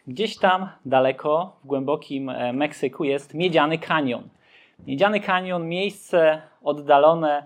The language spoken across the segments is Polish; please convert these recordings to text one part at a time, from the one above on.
Gdzieś tam daleko, w głębokim Meksyku jest Miedziany Kanion. Miedziany Kanion, miejsce oddalone,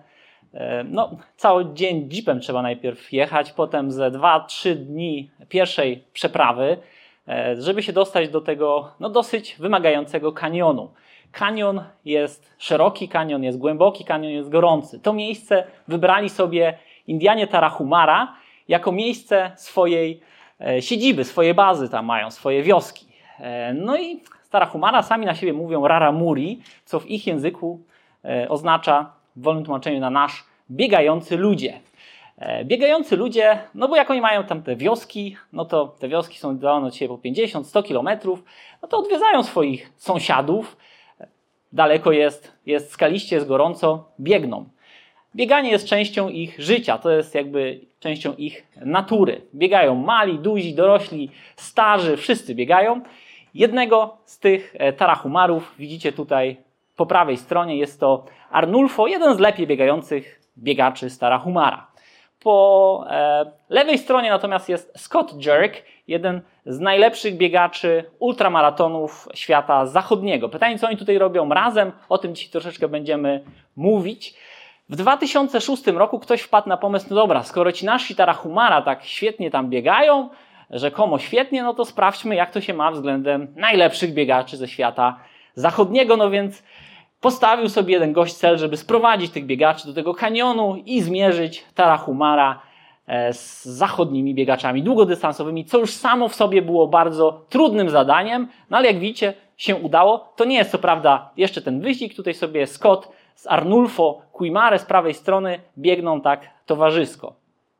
cały dzień jeepem trzeba najpierw jechać, potem ze 2-3 dni pierwszej przeprawy, żeby się dostać do tego dosyć wymagającego kanionu. Kanion jest szeroki, kanion jest głęboki, kanion jest gorący. To miejsce wybrali sobie Indianie Tarahumara jako miejsce swojej siedziby, swojej bazy, tam mają swoje wioski. No i Tarahumara sami na siebie mówią Raramuri, co w ich języku oznacza w wolnym tłumaczeniu na nasz biegający ludzie. Biegający ludzie, no bo jak oni mają tam te wioski, no to te wioski są oddalone od siebie po 50-100 kilometrów, no to odwiedzają swoich sąsiadów. Daleko jest skaliście, jest gorąco, biegną. Bieganie jest częścią ich życia, to jest jakby częścią ich natury. Biegają mali, duzi, dorośli, starzy, wszyscy biegają. Jednego z tych Tarahumarów widzicie tutaj po prawej stronie, jest to Arnulfo, jeden z lepiej biegających biegaczy z Tarahumara. Po lewej stronie natomiast jest Scott Jurek, jeden z najlepszych biegaczy ultramaratonów świata zachodniego. Pytanie, co oni tutaj robią razem, o tym dzisiaj troszeczkę będziemy mówić. W 2006 roku ktoś wpadł na pomysł, no dobra, skoro ci nasi Tarahumara tak świetnie tam biegają, rzekomo świetnie, no to sprawdźmy, jak to się ma względem najlepszych biegaczy ze świata zachodniego. No więc postawił sobie jeden gość cel, żeby sprowadzić tych biegaczy do tego kanionu i zmierzyć Tarahumara z zachodnimi biegaczami długodystansowymi, co już samo w sobie było bardzo trudnym zadaniem, no ale jak widzicie, się udało. To nie jest co prawda jeszcze ten wyścig, tutaj sobie Scott z Arnulfo Cuimare z prawej strony biegną tak towarzysko.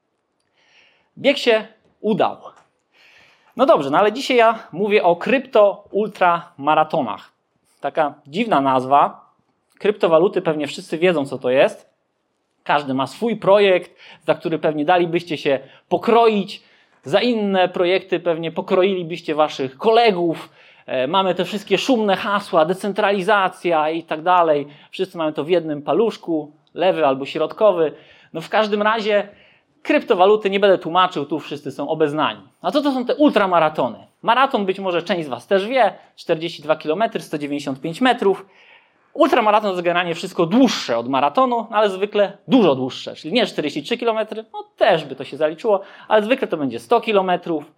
Bieg się udał. No dobrze, no ale dzisiaj ja mówię o krypto-ultramaratonach. Taka dziwna nazwa. Kryptowaluty pewnie wszyscy wiedzą, co to jest. Każdy ma swój projekt, za który pewnie dalibyście się pokroić. Za inne projekty pewnie pokroilibyście waszych kolegów. Mamy te wszystkie szumne hasła, decentralizacja i tak dalej. Wszyscy mają to w jednym paluszku, lewy albo środkowy. No w każdym razie kryptowaluty nie będę tłumaczył, tu wszyscy są obeznani. A co to są te ultramaratony? Maraton być może część z was też wie, 42 km, 195 metrów. Ultramaraton to generalnie wszystko dłuższe od maratonu, ale zwykle dużo dłuższe, czyli nie 43 km, no też by to się zaliczyło, ale zwykle to będzie 100 km,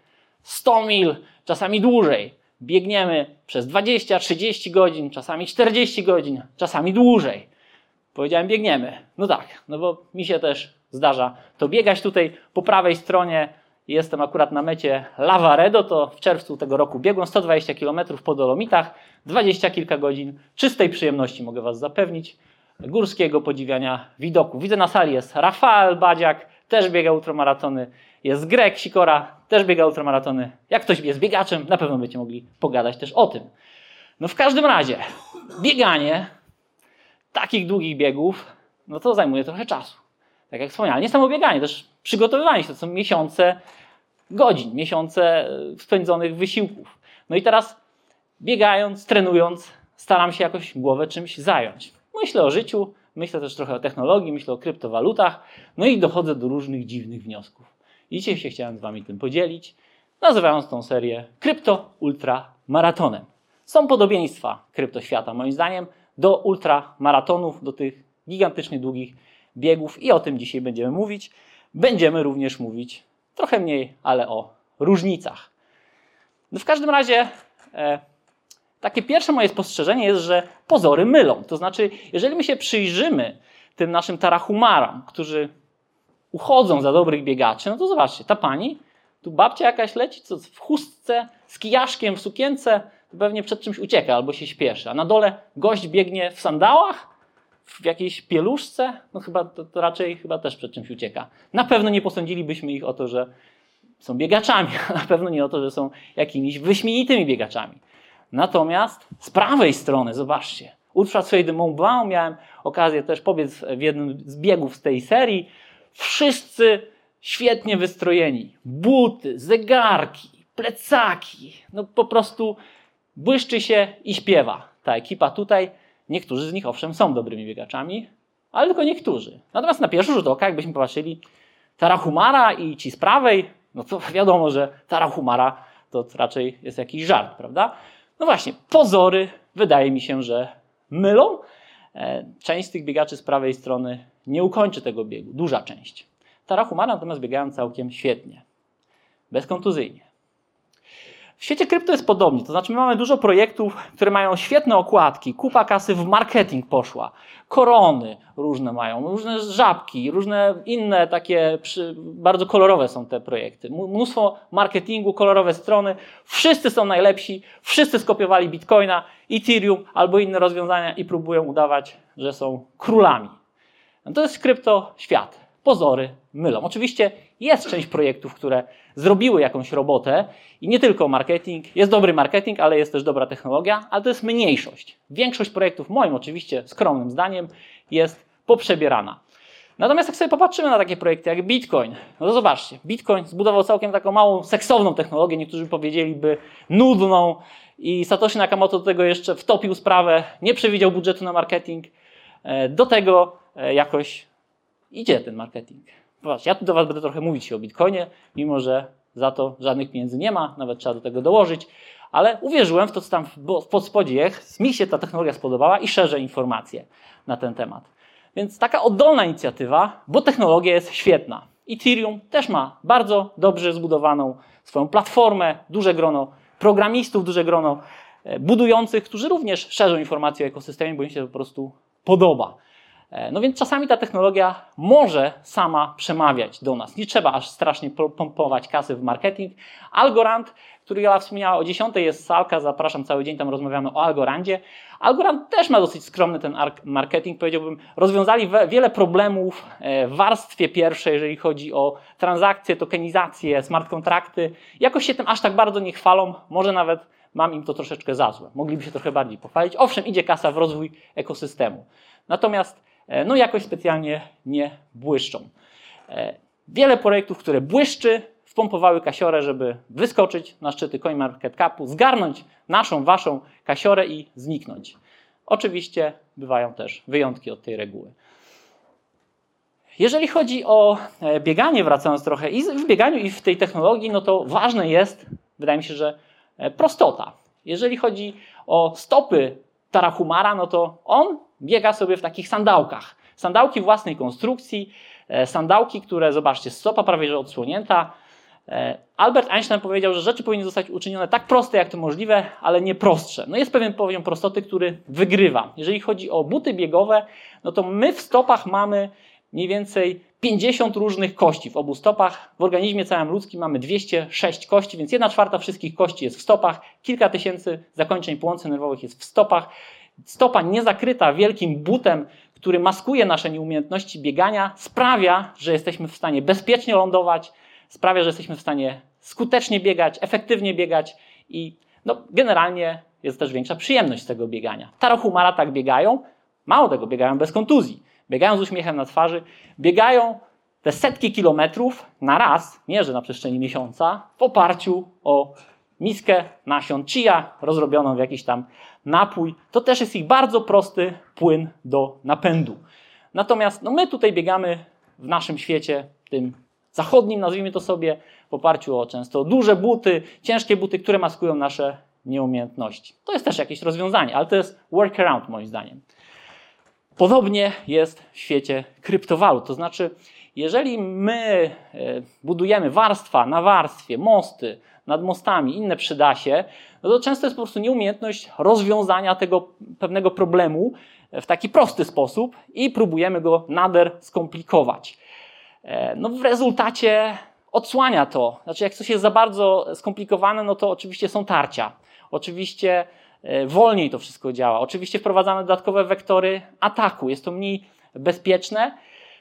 100 mil, czasami dłużej. Biegniemy przez 20-30 godzin, czasami 40 godzin, czasami dłużej. Powiedziałem biegniemy. No tak, no bo mi się też zdarza to biegać. Tutaj po prawej stronie jestem akurat na mecie Lavaredo, to w czerwcu tego roku biegłem 120 km po Dolomitach, 20 kilka godzin czystej przyjemności, mogę was zapewnić, górskiego podziwiania widoku. Widzę na sali jest Rafael Badziak, też biega ultramaratony, jest Greg Sikora, też biega ultramaratony. Jak ktoś jest biegaczem, na pewno będziecie mogli pogadać też o tym. No w każdym razie, bieganie takich długich biegów, no to zajmuje trochę czasu. Tak jak wspomniałem, nie samo bieganie, też przygotowywanie się, to są miesiące godzin, miesiące spędzonych wysiłków. No i teraz biegając, trenując, staram się jakoś głowę czymś zająć. Myślę o życiu, myślę też trochę o technologii, myślę o kryptowalutach, no i dochodzę do różnych dziwnych wniosków. I dzisiaj się chciałem z wami tym podzielić, nazywając tą serię Krypto-Ultramaratonem. Są podobieństwa kryptoświata, moim zdaniem, do ultramaratonów, do tych gigantycznie długich biegów i o tym dzisiaj będziemy mówić. Będziemy również mówić trochę mniej, ale o różnicach. No w każdym razie takie pierwsze moje spostrzeżenie jest, że pozory mylą. To znaczy, jeżeli my się przyjrzymy tym naszym Tarahumarom, którzy uchodzą za dobrych biegaczy, no to zobaczcie, ta pani, tu babcia jakaś leci, co w chustce, z kijaszkiem, w sukience, to pewnie przed czymś ucieka albo się śpieszy. A na dole gość biegnie w sandałach, w jakiejś pieluszce, no chyba to raczej chyba też przed czymś ucieka. Na pewno nie posądzilibyśmy ich o to, że są biegaczami, a na pewno nie o to, że są jakimiś wyśmienitymi biegaczami. Natomiast z prawej strony, zobaczcie, Ultra de Mont Blanc, miałem okazję też pobiec w jednym z biegów z tej serii, wszyscy świetnie wystrojeni, buty, zegarki, plecaki, no po prostu błyszczy się i śpiewa ta ekipa tutaj. Niektórzy z nich owszem są dobrymi biegaczami, ale tylko niektórzy. Natomiast na pierwszy rzut oka, jakbyśmy popatrzyli, Tarahumara i ci z prawej, no to wiadomo, że Tarahumara to raczej jest jakiś żart, prawda? No właśnie, pozory wydaje mi się, że mylą. Część z tych biegaczy z prawej strony nie ukończy tego biegu, duża część. Tarahumara natomiast biegają całkiem świetnie, bezkontuzyjnie. W świecie krypto jest podobnie, to znaczy my mamy dużo projektów, które mają świetne okładki, kupa kasy w marketing poszła, korony różne mają, różne żabki, różne inne takie, bardzo kolorowe są te projekty. Mnóstwo marketingu, kolorowe strony, wszyscy są najlepsi, wszyscy skopiowali Bitcoina, Ethereum albo inne rozwiązania i próbują udawać, że są królami. No to jest krypto świat. Pozory mylą. Oczywiście jest część projektów, które zrobiły jakąś robotę i nie tylko marketing. Jest dobry marketing, ale jest też dobra technologia, ale to jest mniejszość. Większość projektów, moim oczywiście skromnym zdaniem, jest poprzebierana. Natomiast jak sobie popatrzymy na takie projekty jak Bitcoin, no to zobaczcie, Bitcoin zbudował całkiem taką małą, seksowną technologię, niektórzy powiedzieliby nudną i Satoshi Nakamoto do tego jeszcze wtopił sprawę, nie przewidział budżetu na marketing, do tego jakoś idzie ten marketing. Popatrz, ja tu do Was będę trochę mówić o Bitcoinie, mimo że za to żadnych pieniędzy nie ma, nawet trzeba do tego dołożyć, ale uwierzyłem w to, co tam w podspodzie jest, mi się ta technologia spodobała i szerzę informacje na ten temat. Więc taka oddolna inicjatywa, bo technologia jest świetna. Ethereum też ma bardzo dobrze zbudowaną swoją platformę, duże grono programistów, duże grono budujących, którzy również szerzą informacje o ekosystemie, bo im się to po prostu podoba. No więc czasami ta technologia może sama przemawiać do nas. Nie trzeba aż strasznie pompować kasy w marketing. Algorand, który ja wspomniała o 10 jest salka, zapraszam cały dzień, tam rozmawiamy o Algorandzie. Algorand też ma dosyć skromny ten marketing, powiedziałbym, rozwiązali wiele problemów w warstwie pierwszej, jeżeli chodzi o transakcje, tokenizację, smart kontrakty. Jakoś się tym aż tak bardzo nie chwalą, może nawet mam im to troszeczkę za złe. Mogliby się trochę bardziej pochwalić. Owszem, idzie kasa w rozwój ekosystemu. Natomiast no jakoś specjalnie nie błyszczą. Wiele projektów, które błyszczy, wpompowały kasiorę, żeby wyskoczyć na szczyty CoinMarketCapu, zgarnąć naszą, waszą kasiorę i zniknąć. Oczywiście bywają też wyjątki od tej reguły. Jeżeli chodzi o bieganie, wracając trochę i w bieganiu i w tej technologii, no to ważne jest, wydaje mi się, że prostota. Jeżeli chodzi o stopy Tarahumara, no to on biega sobie w takich sandałkach. Sandałki własnej konstrukcji, sandałki, które, zobaczcie, stopa prawie że odsłonięta. Albert Einstein powiedział, że rzeczy powinny zostać uczynione tak proste, jak to możliwe, ale nie prostsze. No jest pewien poziom prostoty, który wygrywa. Jeżeli chodzi o buty biegowe, no to my w stopach mamy mniej więcej 50 różnych kości w obu stopach. W organizmie całym ludzkim mamy 206 kości, więc 1/4 wszystkich kości jest w stopach. Kilka tysięcy zakończeń połączeń nerwowych jest w stopach. Stopa niezakryta wielkim butem, który maskuje nasze nieumiejętności biegania, sprawia, że jesteśmy w stanie bezpiecznie lądować, sprawia, że jesteśmy w stanie skutecznie biegać, efektywnie biegać i no, generalnie jest też większa przyjemność z tego biegania. Tarahumara tak biegają, mało tego, biegają bez kontuzji, biegają z uśmiechem na twarzy, biegają te setki kilometrów na raz, nie że na przestrzeni miesiąca, w oparciu o miskę nasion chia, rozrobioną w jakiś tam napój. To też jest ich bardzo prosty płyn do napędu. Natomiast no my tutaj biegamy w naszym świecie, tym zachodnim, nazwijmy to sobie, w oparciu o często duże buty, ciężkie buty, które maskują nasze nieumiejętności. To jest też jakieś rozwiązanie, ale to jest workaround moim zdaniem. Podobnie jest w świecie kryptowalut. To znaczy, jeżeli my budujemy warstwa na warstwie, mosty, nad mostami, inne przydasie, no to często jest po prostu nieumiejętność rozwiązania tego pewnego problemu w taki prosty sposób i próbujemy go nader skomplikować. No w rezultacie odsłania to. Znaczy jak coś jest za bardzo skomplikowane, no to oczywiście są tarcia. Oczywiście wolniej to wszystko działa. Oczywiście wprowadzamy dodatkowe wektory ataku. Jest to mniej bezpieczne.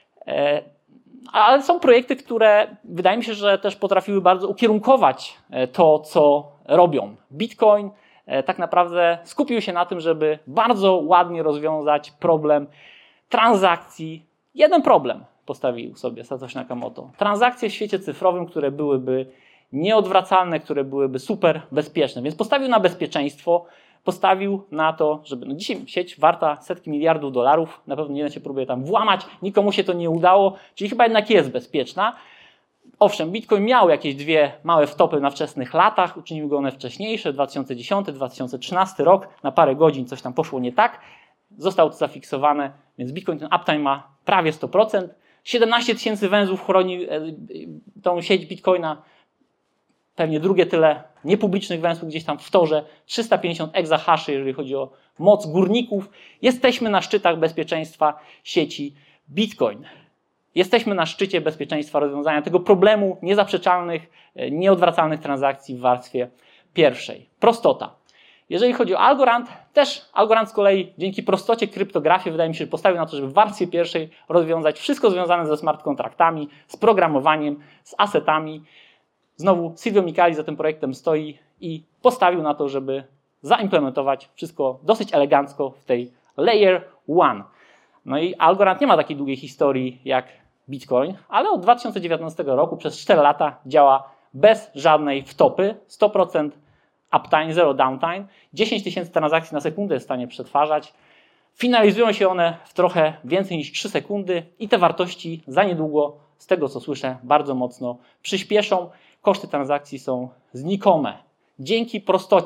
Ale są projekty, które wydaje mi się, że też potrafiły bardzo ukierunkować to, co robią. Bitcoin tak naprawdę skupił się na tym, żeby bardzo ładnie rozwiązać problem transakcji. Jeden problem postawił sobie Satoshi Nakamoto. Transakcje w świecie cyfrowym, które byłyby nieodwracalne, które byłyby super bezpieczne. Więc postawił na bezpieczeństwo, postawił na to, żeby dzisiaj sieć warta setki miliardów dolarów, na pewno nie się próbuje tam włamać, nikomu się to nie udało, czyli chyba jednak jest bezpieczna. Owszem, Bitcoin miał jakieś dwie małe wtopy na wczesnych latach, uczyniły go one wcześniejsze, 2010-2013 rok, na parę godzin coś tam poszło nie tak, zostało to zafiksowane, więc Bitcoin ten uptime ma prawie 100%. 17 000 węzłów chroni tą sieć Bitcoina, pewnie drugie tyle niepublicznych węzłów gdzieś tam w torze, 350 exahaszy, jeżeli chodzi o moc górników. Jesteśmy na szczytach bezpieczeństwa sieci Bitcoin. Jesteśmy na szczycie bezpieczeństwa rozwiązania tego problemu niezaprzeczalnych, nieodwracalnych transakcji w warstwie pierwszej. Prostota. Jeżeli chodzi o Algorand, też Algorand z kolei dzięki prostocie kryptografii wydaje mi się, że postawił na to, żeby w warstwie pierwszej rozwiązać wszystko związane ze smart kontraktami, z programowaniem, z asetami. Znowu Silvio Micali za tym projektem stoi i postawił na to, żeby zaimplementować wszystko dosyć elegancko w tej Layer 1. No i Algorand nie ma takiej długiej historii jak Bitcoin, ale od 2019 roku przez 4 lata działa bez żadnej wtopy, 100% uptime, zero downtime, 10 000 transakcji na sekundę jest w stanie przetwarzać. Finalizują się one w trochę więcej niż 3 sekundy i te wartości za niedługo, z tego co słyszę, bardzo mocno przyspieszą. Koszty transakcji są znikome. Dzięki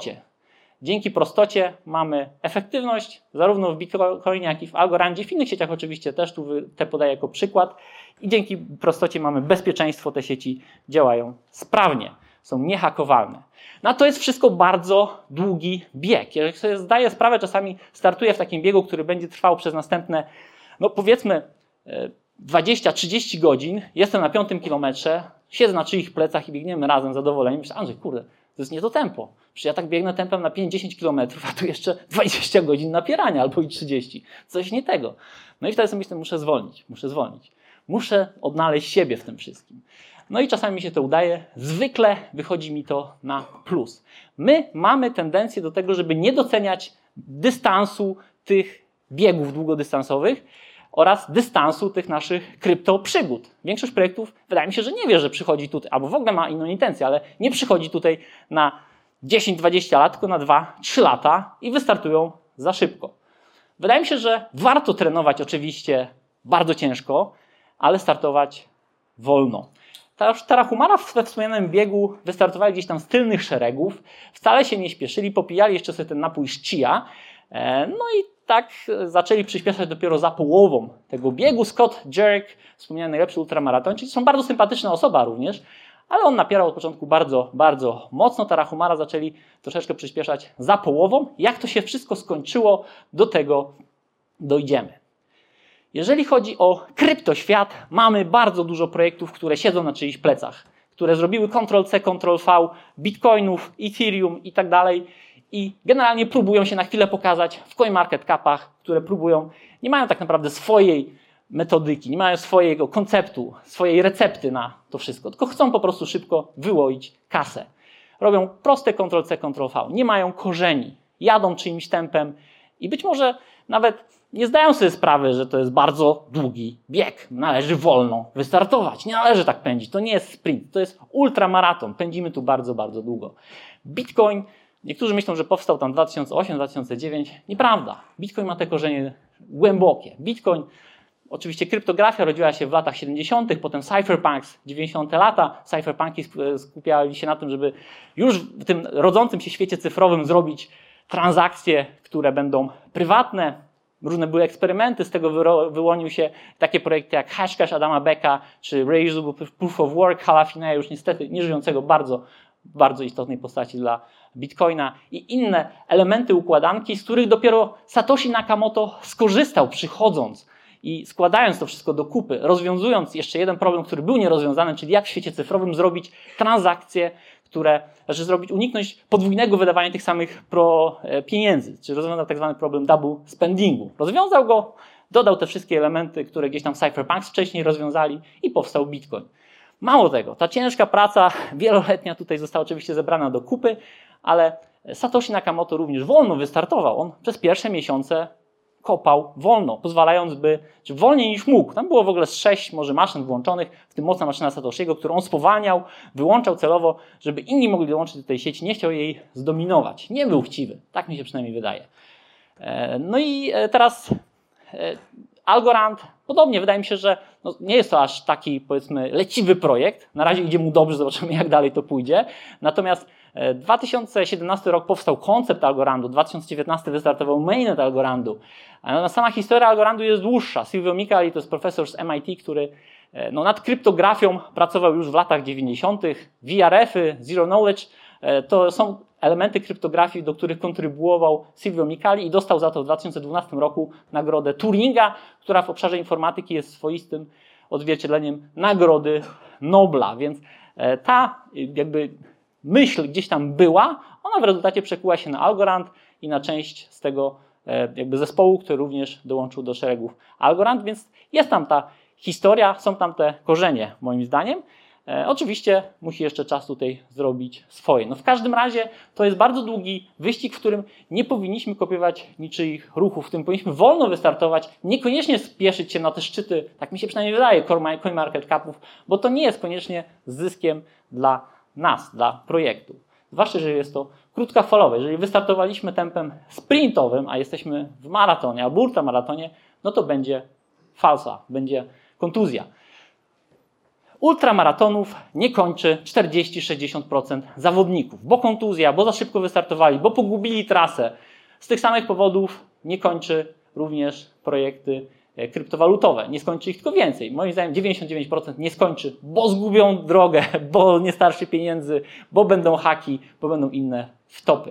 prostocie mamy efektywność zarówno w Bitcoinie, jak i w Algorandzie. W innych sieciach oczywiście też tu te podaję jako przykład. I dzięki prostocie mamy bezpieczeństwo. Te sieci działają sprawnie, są niehakowalne. No to jest wszystko bardzo długi bieg. Jeżeli sobie zdaję sprawę, czasami startuję w takim biegu, który będzie trwał przez następne, no powiedzmy 20-30 godzin, jestem na 5. kilometrze, siedzę na czyich plecach i biegniemy razem zadowoleni. Myślę, Andrzej, kurde, to jest nie to tempo. Przecież ja tak biegnę tempem na 5-10 km, a tu jeszcze 20 godzin napierania albo i 30. Coś nie tego. No i wtedy sobie myślę, muszę zwolnić. Muszę odnaleźć siebie w tym wszystkim. No i czasami mi się to udaje. Zwykle wychodzi mi to na plus. My mamy tendencję do tego, żeby nie doceniać dystansu tych biegów długodystansowych oraz dystansu tych naszych kryptoprzygód. Większość projektów wydaje mi się, że nie wie, że przychodzi tutaj, albo w ogóle ma inną intencję, ale nie przychodzi tutaj na 10-20 lat, tylko na 2-3 lata i wystartują za szybko. Wydaje mi się, że warto trenować oczywiście bardzo ciężko, ale startować wolno. Tarahumara we wspomnianym biegu wystartowali gdzieś tam z tylnych szeregów, wcale się nie śpieszyli, popijali jeszcze sobie ten napój z chia, no i tak zaczęli przyspieszać dopiero za połową tego biegu. Scott Jurek, wspomniany najlepszy ultramaratończyk, są bardzo sympatyczna osoba również, ale on napierał od początku bardzo, bardzo mocno. Tarahumara zaczęli troszeczkę przyspieszać za połową. Jak to się wszystko skończyło, do tego dojdziemy. Jeżeli chodzi o kryptoświat, mamy bardzo dużo projektów, które siedzą na czyichś plecach, które zrobiły Ctrl-C, Ctrl-V, bitcoinów, Ethereum i tak dalej i generalnie próbują się na chwilę pokazać w CoinMarketCapach, które nie mają tak naprawdę swojej metodyki, nie mają swojego konceptu, swojej recepty na to wszystko, tylko chcą po prostu szybko wyłoić kasę. Robią proste Ctrl-C, Ctrl-V, nie mają korzeni, jadą czyimś tempem i być może nawet nie zdają sobie sprawy, że to jest bardzo długi bieg. Należy wolno wystartować. Nie należy tak pędzić. To nie jest sprint, to jest ultramaraton. Pędzimy tu bardzo, bardzo długo. Bitcoin, niektórzy myślą, że powstał tam 2008-2009. Nieprawda. Bitcoin ma te korzenie głębokie. Bitcoin, oczywiście kryptografia rodziła się w latach 70., potem cypherpunks, 90. lata. Cypherpunki skupiali się na tym, żeby już w tym rodzącym się świecie cyfrowym zrobić transakcje, które będą prywatne. Różne były eksperymenty, z tego wyłonił się takie projekty jak Hashcash Adama Becka, czy Reusable Proof of Work Hala Fineya, już niestety nieżyjącego bardzo, bardzo istotnej postaci dla Bitcoina i inne elementy układanki, z których dopiero Satoshi Nakamoto skorzystał przychodząc i składając to wszystko do kupy, rozwiązując jeszcze jeden problem, który był nierozwiązany, czyli jak w świecie cyfrowym zrobić transakcje, uniknąć podwójnego wydawania tych samych pieniędzy, czy rozwiązał tak zwany problem double spendingu. Rozwiązał go, dodał te wszystkie elementy, które gdzieś tam Cypherpunks wcześniej rozwiązali i powstał Bitcoin. Mało tego, ta ciężka praca wieloletnia tutaj została oczywiście zebrana do kupy, ale Satoshi Nakamoto również wolno wystartował. On przez pierwsze miesiące kopał wolno, pozwalając czy wolniej niż mógł. Tam było w ogóle 6 może maszyn włączonych, w tym mocna maszyna Satoshiego, którą on spowalniał, wyłączał celowo, żeby inni mogli dołączyć do tej sieci, nie chciał jej zdominować. Nie był chciwy, tak mi się przynajmniej wydaje. No i teraz Algorand, podobnie, wydaje mi się, że nie jest to aż taki, powiedzmy, leciwy projekt. Na razie idzie mu dobrze, zobaczymy jak dalej to pójdzie. Natomiast 2017 rok powstał koncept Algorandu, 2019 wystartował mainnet Algorandu. Sama historia Algorandu jest dłuższa. Silvio Micali to jest profesor z MIT, który nad kryptografią pracował już w latach 90. VRF-y, Zero Knowledge, to są elementy kryptografii, do których kontrybuował Silvio Micali i dostał za to w 2012 roku nagrodę Turinga, która w obszarze informatyki jest swoistym odzwierciedleniem nagrody Nobla. Więc ta jakby myśl gdzieś tam była, ona w rezultacie przekuła się na Algorand i na część z tego jakby zespołu, który również dołączył do szeregów Algorand, więc jest tam ta historia, są tam te korzenie moim zdaniem. Oczywiście musi jeszcze czas tutaj zrobić swoje. W każdym razie to jest bardzo długi wyścig, w którym nie powinniśmy kopiować niczyich ruchów, w którym powinniśmy wolno wystartować, niekoniecznie spieszyć się na te szczyty, tak mi się przynajmniej wydaje, CoinMarketCapów, bo to nie jest koniecznie zyskiem dla nas, dla projektu. Zwłaszcza, że jest to krótkofalowe. Jeżeli wystartowaliśmy tempem sprintowym, a jesteśmy w maratonie albo ultramaratonie, no to będzie falsa, będzie kontuzja. Ultramaratonów nie kończy 40-60% zawodników, bo kontuzja, bo za szybko wystartowali, bo pogubili trasę. Z tych samych powodów nie kończy również projekty kryptowalutowe. Nie skończy ich tylko więcej. Moim zdaniem 99% nie skończy, bo zgubią drogę, bo nie starczy pieniędzy, bo będą haki, bo będą inne wtopy.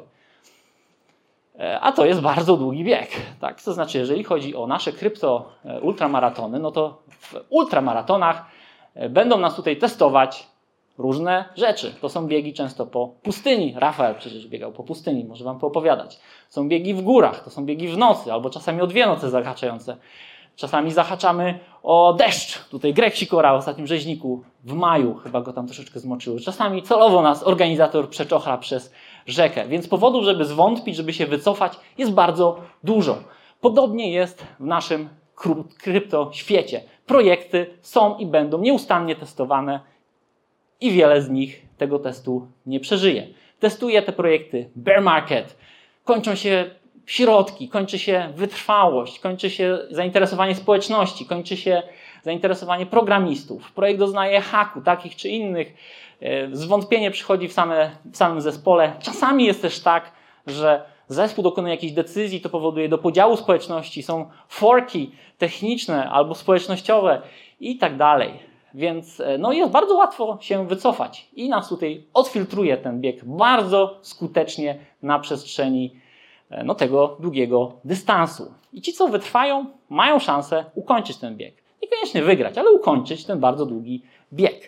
A to jest bardzo długi bieg. Tak? To znaczy, jeżeli chodzi o nasze krypto ultramaratony, no to w ultramaratonach będą nas tutaj testować różne rzeczy. To są biegi często po pustyni. Rafael przecież biegał po pustyni, może wam poopowiadać. Są biegi w górach, to są biegi w nocy, albo czasami o 2 noce zahaczające. Czasami zahaczamy o deszcz. Tutaj Greg Sikora w ostatnim rzeźniku w maju chyba go tam troszeczkę zmoczyło. Czasami celowo nas organizator przeczochra przez rzekę. Więc powodów, żeby zwątpić, żeby się wycofać, jest bardzo dużo. Podobnie jest w naszym kryptoświecie. Projekty są i będą nieustannie testowane i wiele z nich tego testu nie przeżyje. Testuje te projekty bear market, kończą się środki, kończy się wytrwałość, kończy się zainteresowanie społeczności, kończy się zainteresowanie programistów. Projekt doznaje haku takich czy innych, zwątpienie przychodzi w samym zespole. Czasami jest też tak, że zespół dokonuje jakiejś decyzji, to powoduje do podziału społeczności, są forki techniczne albo społecznościowe i tak dalej. Więc jest bardzo łatwo się wycofać i nas tutaj odfiltruje ten bieg bardzo skutecznie na przestrzeni tego długiego dystansu. I ci, co wytrwają, mają szansę ukończyć ten bieg. Niekoniecznie wygrać, ale ukończyć ten bardzo długi bieg.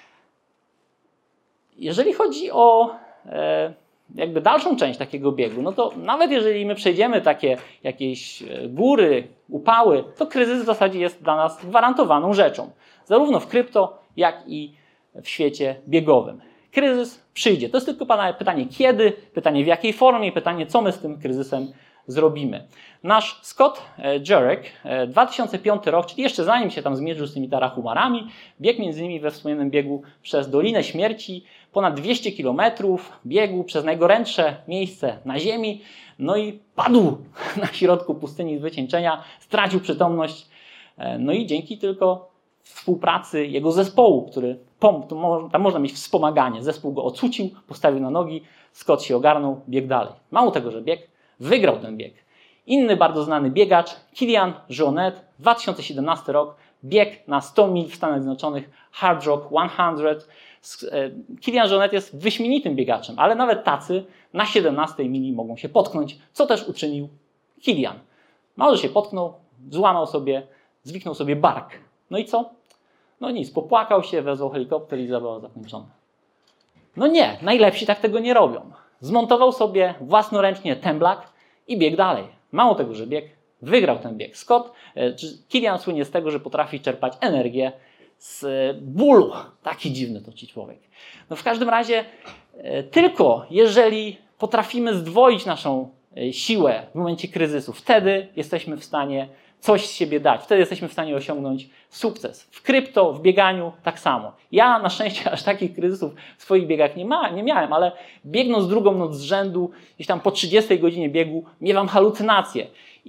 Jeżeli chodzi o jakby dalszą część takiego biegu, no to nawet jeżeli my przejdziemy takie jakieś góry, upały, to kryzys w zasadzie jest dla nas gwarantowaną rzeczą. Zarówno w krypto, jak i w świecie biegowym. Kryzys przyjdzie. To jest tylko pytanie kiedy, pytanie w jakiej formie, pytanie co my z tym kryzysem zrobimy. Nasz Scott Jurek, 2005 rok, czyli jeszcze zanim się tam zmierzył z tymi tarahumarami, biegł między innymi we wspomnianym biegu przez Dolinę Śmierci, ponad 200 km, biegł przez najgorętsze miejsce na ziemi, no i padł na środku pustyni z wycieńczenia, stracił przytomność, no i dzięki tylko współpracy jego zespołu, który tam można mieć wspomaganie, zespół go ocucił, postawił na nogi, Scott się ogarnął, biegł dalej. Mało tego, że biegł, wygrał ten bieg. Inny bardzo znany biegacz, Kilian Jornet, 2017 rok, bieg na 100 mil w Stanach Zjednoczonych, Hard Rock 100. Kilian Jornet jest wyśmienitym biegaczem, ale nawet tacy na 17 mili mogą się potknąć, co też uczynił Kilian. Mało, że się potknął, zwiknął sobie bark. No i co? No nic, popłakał się, wezwał helikopter i zabawa zakończona. No nie, najlepsi tak tego nie robią. Zmontował sobie własnoręcznie temblak i biegł dalej. Mało tego, że biegł, wygrał ten bieg. Kilian słynie z tego, że potrafi czerpać energię z bólu. Taki dziwny to ci człowiek. No w każdym razie tylko jeżeli potrafimy zdwoić naszą siłę w momencie kryzysu, wtedy jesteśmy w stanie coś z siebie dać. Wtedy jesteśmy w stanie osiągnąć sukces. W krypto, w bieganiu tak samo. Ja na szczęście aż takich kryzysów w swoich biegach nie miałem, ale biegnąc drugą noc z rzędu, gdzieś tam po 30 godzinie biegu, miewam halucynacje. I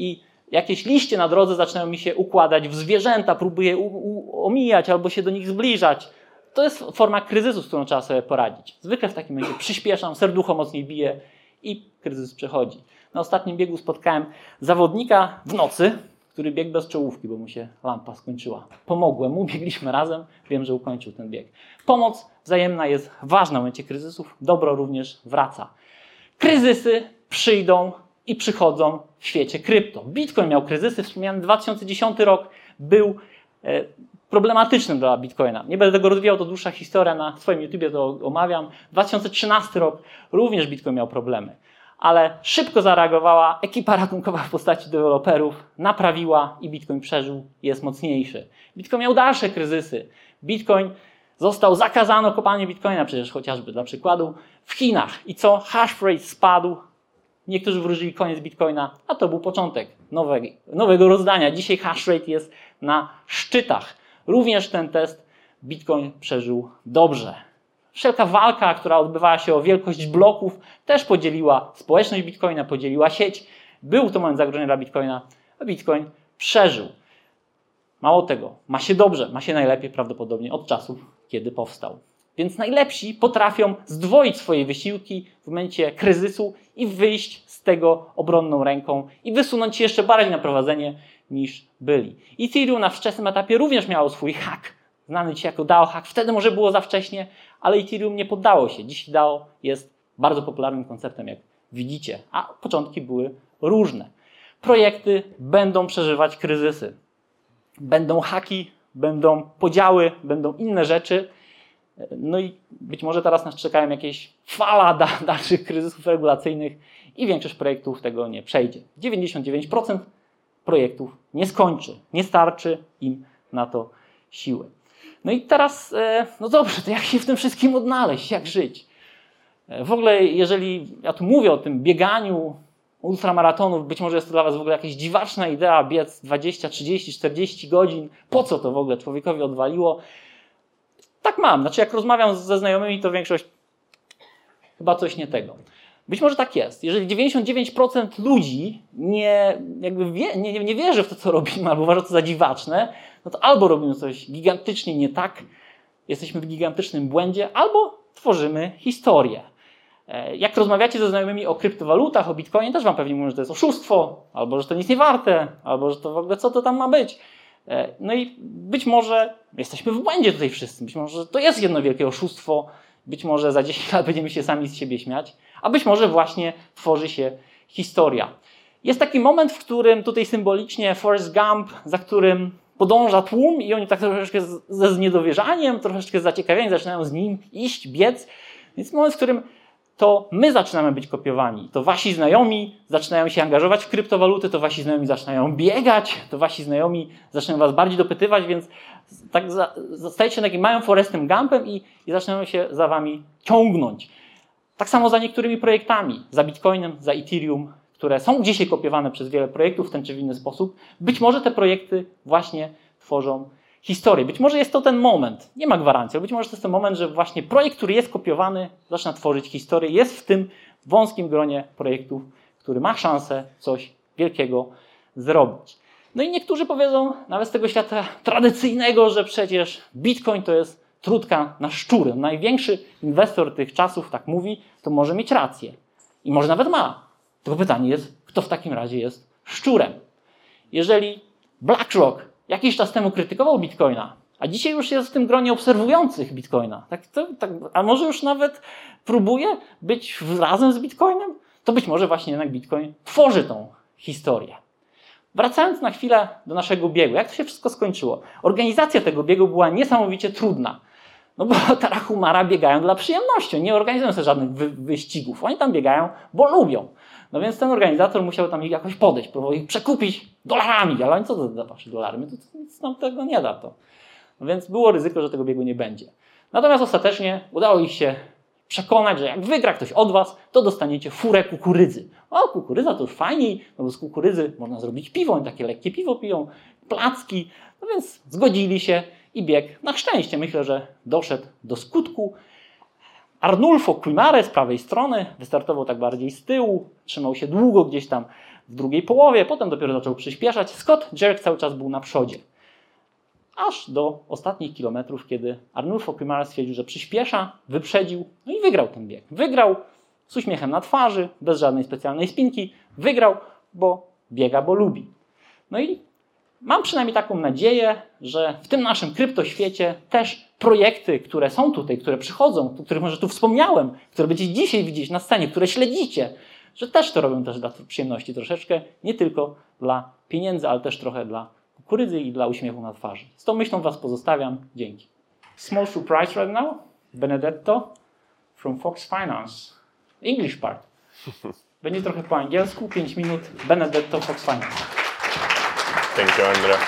Jakieś liście na drodze zaczynają mi się układać w zwierzęta, próbuję omijać albo się do nich zbliżać. To jest forma kryzysu, z którą trzeba sobie poradzić. Zwykle w takim momencie przyspieszam, serducho mocniej bije i kryzys przechodzi. Na ostatnim biegu spotkałem zawodnika w nocy, który biegł bez czołówki, bo mu się lampa skończyła. Pomogłem mu, biegliśmy razem, wiem, że ukończył ten bieg. Pomoc wzajemna jest ważna w momencie kryzysów, dobro również wraca. Kryzysy przyjdą i przychodzą w świecie krypto. Bitcoin miał kryzysy, wspomniany 2010 rok był problematyczny dla Bitcoina. Nie będę tego rozwijał, to dłuższa historia, na swoim YouTubie to omawiam. 2013 rok również Bitcoin miał problemy. Ale szybko zareagowała ekipa ratunkowa w postaci deweloperów, naprawiła i Bitcoin przeżył, jest mocniejszy. Bitcoin miał dalsze kryzysy. Bitcoin zakazano kopanie Bitcoina przecież chociażby dla przykładu w Chinach. I co? Hash rate spadł. Niektórzy wróżyli koniec Bitcoina, a to był początek nowego rozdania. Dzisiaj hash rate jest na szczytach. Również ten test Bitcoin przeżył dobrze. Wszelka walka, która odbywała się o wielkość bloków, też podzieliła społeczność Bitcoina, podzieliła sieć. Był to moment zagrożenia dla Bitcoina, a Bitcoin przeżył. Mało tego, ma się dobrze, ma się najlepiej prawdopodobnie od czasów, kiedy powstał. Więc najlepsi potrafią zdwoić swoje wysiłki w momencie kryzysu i wyjść z tego obronną ręką i wysunąć się jeszcze bardziej na prowadzenie niż byli. Ethereum na wczesnym etapie również miało swój hack, znany dzisiaj jako DAO hack. Wtedy może było za wcześnie, ale Ethereum nie poddało się. Dziś DAO jest bardzo popularnym konceptem, jak widzicie, a początki były różne. Projekty będą przeżywać kryzysy. Będą haki, będą podziały, będą inne rzeczy. No i być może teraz nas czekają jakieś fala dalszych kryzysów regulacyjnych i większość projektów tego nie przejdzie. 99% projektów nie skończy, nie starczy im na to siły. No i teraz, no dobrze, to jak się w tym wszystkim odnaleźć, jak żyć? W ogóle, jeżeli ja tu mówię o tym bieganiu ultramaratonów, być może jest to dla was w ogóle jakaś dziwaczna idea, biec 20, 30, 40 godzin, po co to w ogóle człowiekowi odwaliło? Tak mam, znaczy jak rozmawiam ze znajomymi, to większość chyba coś nie tego. Być może tak jest. Jeżeli 99% ludzi nie wierzy w to, co robimy, albo uważa to za dziwaczne, no to albo robimy coś gigantycznie nie tak, jesteśmy w gigantycznym błędzie, albo tworzymy historię. Jak rozmawiacie ze znajomymi o kryptowalutach, o Bitcoinie, też wam pewnie mówią, że to jest oszustwo, albo że to nic nie warte, albo że to w ogóle co to tam ma być. No i być może jesteśmy w błędzie tutaj wszyscy, być może to jest jedno wielkie oszustwo, być może za 10 lat będziemy się sami z siebie śmiać, a być może właśnie tworzy się historia. Jest taki moment, w którym tutaj symbolicznie Forrest Gump, za którym podąża tłum i oni tak troszeczkę ze zniedowierzaniem, troszeczkę z zaciekawieniem zaczynają z nim iść, biec. Jest moment, w którym to my zaczynamy być kopiowani. To wasi znajomi zaczynają się angażować w kryptowaluty, to wasi znajomi zaczynają biegać, to wasi znajomi zaczynają was bardziej dopytywać, więc tak stajecie się takim małym Forrestem Gumpem i zaczynają się za wami ciągnąć. Tak samo za niektórymi projektami, za Bitcoinem, za Ethereum, które są dzisiaj kopiowane przez wiele projektów w ten czy w inny sposób. Być może te projekty właśnie tworzą historię. Być może jest to ten moment, nie ma gwarancji, ale być może to jest ten moment, że właśnie projekt, który jest kopiowany, zaczyna tworzyć historię, jest w tym wąskim gronie projektów, który ma szansę coś wielkiego zrobić. No i niektórzy powiedzą, nawet z tego świata tradycyjnego, że przecież Bitcoin to jest trudka na szczury. Największy inwestor tych czasów tak mówi, to może mieć rację. I może nawet ma. Tylko pytanie jest, kto w takim razie jest szczurem? Jeżeli BlackRock jakiś czas temu krytykował Bitcoina, a dzisiaj już jest w tym gronie obserwujących Bitcoina, a może już nawet próbuje być razem z Bitcoinem, to być może właśnie jednak Bitcoin tworzy tą historię. Wracając na chwilę do naszego biegu, jak to się wszystko skończyło? Organizacja tego biegu była niesamowicie trudna. No bo Tarahumara biegają dla przyjemności, nie organizują sobie żadnych wyścigów. Oni tam biegają, bo lubią. No więc ten organizator musiał tam ich jakoś podejść, próbował ich przekupić dolarami, ale oni co to za wasze dolary? My to nic nam tego nie da to. No więc było ryzyko, że tego biegu nie będzie. Natomiast ostatecznie udało ich się przekonać, że jak wygra ktoś od was, to dostaniecie furę kukurydzy. O, kukurydza to już fajniej, no bo z kukurydzy można zrobić piwo, oni takie lekkie piwo piją, placki. No więc zgodzili się i bieg na szczęście, myślę, że doszedł do skutku. Arnulfo Guimaraes z prawej strony wystartował tak bardziej z tyłu, trzymał się długo gdzieś tam w drugiej połowie, potem dopiero zaczął przyspieszać. Scott Jurek cały czas był na przodzie. Aż do ostatnich kilometrów, kiedy Arnulfo Primara stwierdził, że przyspiesza, wyprzedził, no i wygrał ten bieg. Wygrał z uśmiechem na twarzy, bez żadnej specjalnej spinki. Wygrał, bo biega, bo lubi. No i mam przynajmniej taką nadzieję, że w tym naszym kryptoświecie też projekty, które są tutaj, które przychodzą, o których może tu wspomniałem, które będziecie dzisiaj widzieć na scenie, które śledzicie, że też to robią też dla przyjemności troszeczkę, nie tylko dla pieniędzy, ale też trochę dla kukurydzy i dla uśmiechu na twarzy. Z tą myślą Was pozostawiam. Dzięki. Small surprise right now. Benedetto from Fox Finance. English part. Będzie trochę po angielsku, 5 minut. Benedetto, Fox Finance. Thank you, Andrea.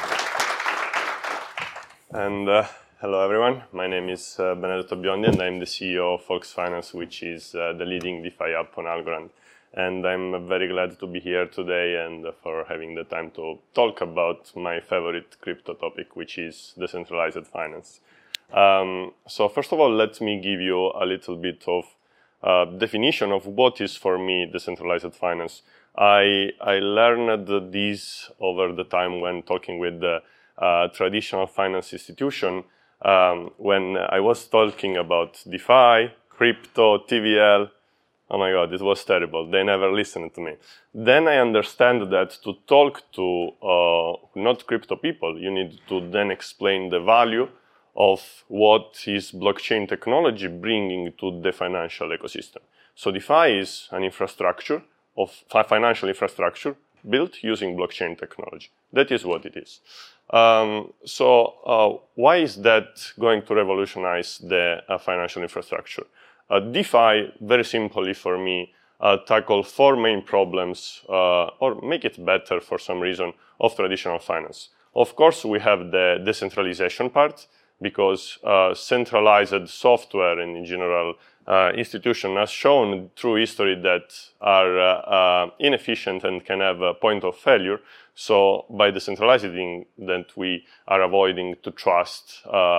And hello, everyone. My name is Benedetto Biondi, and I'm the CEO of Fox Finance, which is the leading DeFi app on Algorand. And I'm very glad to be here today and for having the time to talk about my favorite crypto topic, which is decentralized finance. So first of all, let me give you a little bit of definition of what is for me decentralized finance. I learned this over the time when talking with the traditional finance institution, when I was talking about DeFi, crypto, TVL. Oh my God, it was terrible. They never listened to me. Then I understand that to talk to not crypto people, you need to then explain the value of what is blockchain technology bringing to the financial ecosystem. So DeFi is an infrastructure of financial infrastructure built using blockchain technology. That is what it is. Why is that going to revolutionize the financial infrastructure? DeFi, very simply for me, tackle 4 main problems or make it better for some reason of traditional finance. Of course, we have the decentralization part because centralized software and in general institution has shown through history that are inefficient and can have a point of failure. So by decentralizing that, we are avoiding to trust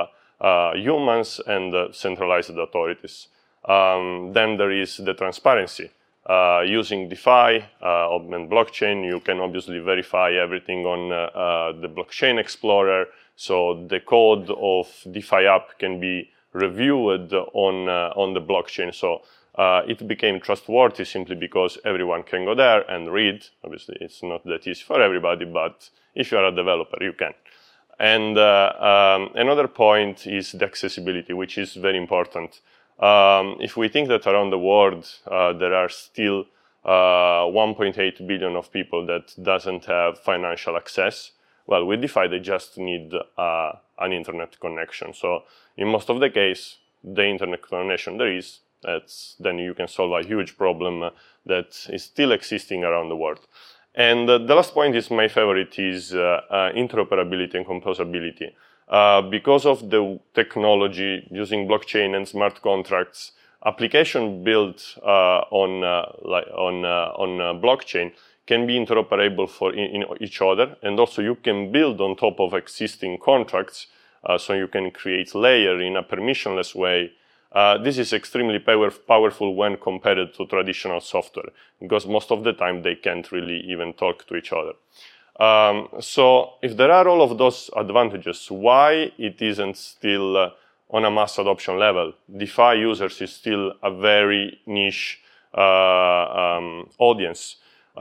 humans and centralized authorities. Then there is the transparency. Using DeFi and blockchain, you can obviously verify everything on the blockchain explorer. So the code of DeFi app can be reviewed on the blockchain. So it became trustworthy simply because everyone can go there and read. Obviously, it's not that easy for everybody, but if you are a developer, you can. And another point is the accessibility, which is very important. If we think that around the world there are still 1.8 billion of people that doesn't have financial access, well, with DeFi they just need an internet connection. So in most of the case, the internet connection there is, then you can solve a huge problem that is still existing around the world. And the last point is my favorite is interoperability and composability. Because of the technology using blockchain and smart contracts, application built on blockchain can be interoperable in each other, and also you can build on top of existing contracts, so you can create layer in a permissionless way. This is extremely powerful when compared to traditional software, because most of the time they can't really even talk to each other. So if there are all of those advantages, why it isn't still on a mass adoption level? DeFi users is still a very niche audience.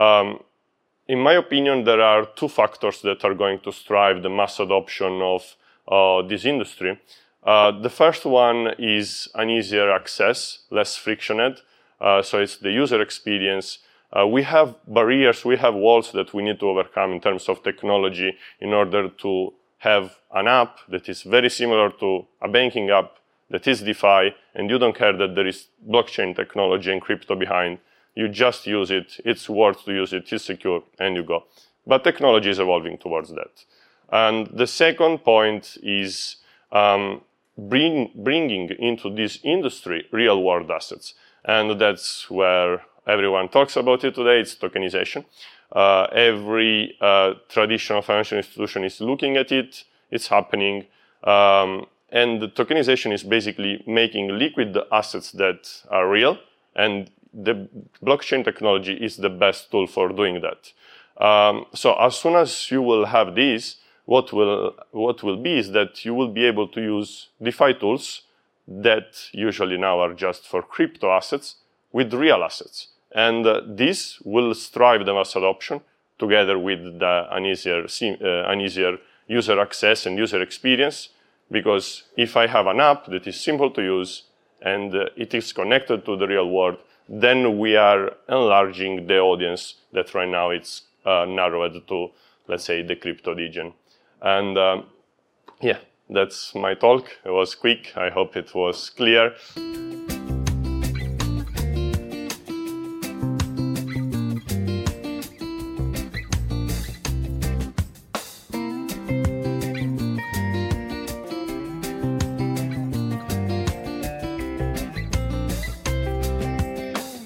In my opinion, there are 2 factors that are going to drive the mass adoption of this industry. The first one is an easier access, less frictioned. So it's the user experience. We have barriers, we have walls that we need to overcome in terms of technology in order to have an app that is very similar to a banking app that is DeFi, and you don't care that there is blockchain technology and crypto behind. You just use it, it's worth to use it, it's secure, and you go. But technology is evolving towards that. And the second point is bringing into this industry real-world assets. And that's where everyone talks about it today. It's tokenization. Every traditional financial institution is looking at it. It's happening. And the tokenization is basically making liquid assets that are real and the blockchain technology is the best tool for doing that. So as soon as you will have these, what will be is that you will be able to use DeFi tools that usually now are just for crypto assets with real assets. And this will strive the mass adoption together with an easier user access and user experience. Because if I have an app that is simple to use and it is connected to the real world, then we are enlarging the audience that right now it's narrowed to, let's say, the crypto degen. And yeah, that's my talk. It was quick. I hope it was clear.